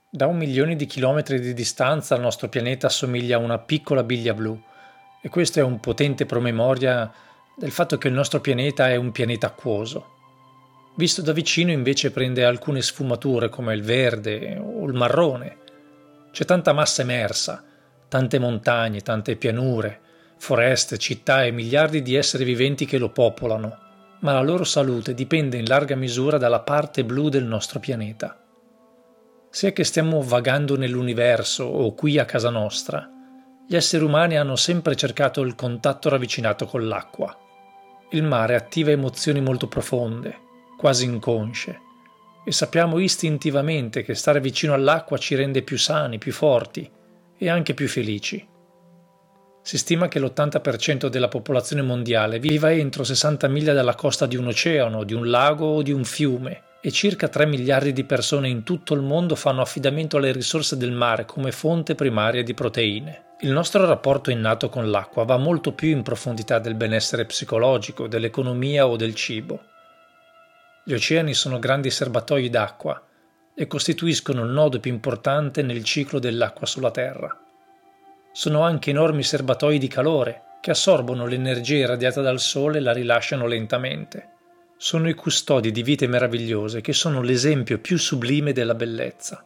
Da 1 milione di chilometri di distanza il nostro pianeta assomiglia a una piccola biglia blu e questo è un potente promemoria del fatto che il nostro pianeta è un pianeta acquoso. Visto da vicino invece prende alcune sfumature come il verde o il marrone. C'è tanta massa emersa, tante montagne, tante pianure, foreste, città e miliardi di esseri viventi che lo popolano, ma la loro salute dipende in larga misura dalla parte blu del nostro pianeta. Sia che stiamo vagando nell'universo o qui a casa nostra, gli esseri umani hanno sempre cercato il contatto ravvicinato con l'acqua. Il mare attiva emozioni molto profonde, quasi inconsce, e sappiamo istintivamente che stare vicino all'acqua ci rende più sani, più forti e anche più felici. Si stima che l'80% della popolazione mondiale viva entro 60 miglia dalla costa di un oceano, di un lago o di un fiume e circa 3 miliardi di persone in tutto il mondo fanno affidamento alle risorse del mare come fonte primaria di proteine. Il nostro rapporto innato con l'acqua va molto più in profondità del benessere psicologico, dell'economia o del cibo. Gli oceani sono grandi serbatoi d'acqua e costituiscono il nodo più importante nel ciclo dell'acqua sulla Terra. Sono anche enormi serbatoi di calore che assorbono l'energia irradiata dal Sole e la rilasciano lentamente. Sono i custodi di vite meravigliose che sono l'esempio più sublime della bellezza.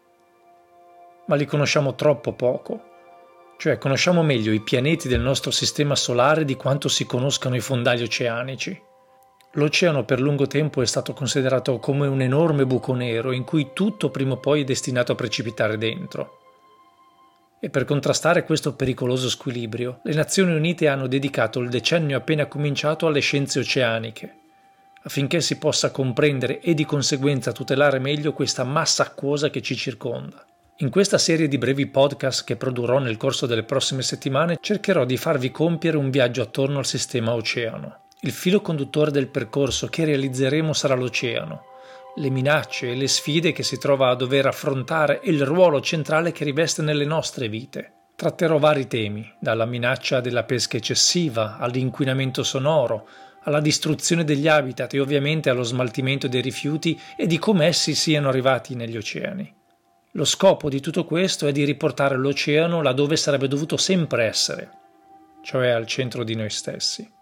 Ma li conosciamo troppo poco, cioè conosciamo meglio i pianeti del nostro sistema solare di quanto si conoscano i fondali oceanici. L'oceano per lungo tempo è stato considerato come un enorme buco nero in cui tutto prima o poi è destinato a precipitare dentro. E per contrastare questo pericoloso squilibrio, le Nazioni Unite hanno dedicato il decennio appena cominciato alle scienze oceaniche, affinché si possa comprendere e di conseguenza tutelare meglio questa massa acquosa che ci circonda. In questa serie di brevi podcast che produrrò nel corso delle prossime settimane cercherò di farvi compiere un viaggio attorno al sistema oceano. Il filo conduttore del percorso che realizzeremo sarà l'oceano, le minacce e le sfide che si trova a dover affrontare e il ruolo centrale che riveste nelle nostre vite. Tratterò vari temi, dalla minaccia della pesca eccessiva, all'inquinamento sonoro, alla distruzione degli habitat e ovviamente allo smaltimento dei rifiuti e di come essi siano arrivati negli oceani. Lo scopo di tutto questo è di riportare l'oceano laddove sarebbe dovuto sempre essere, cioè al centro di noi stessi.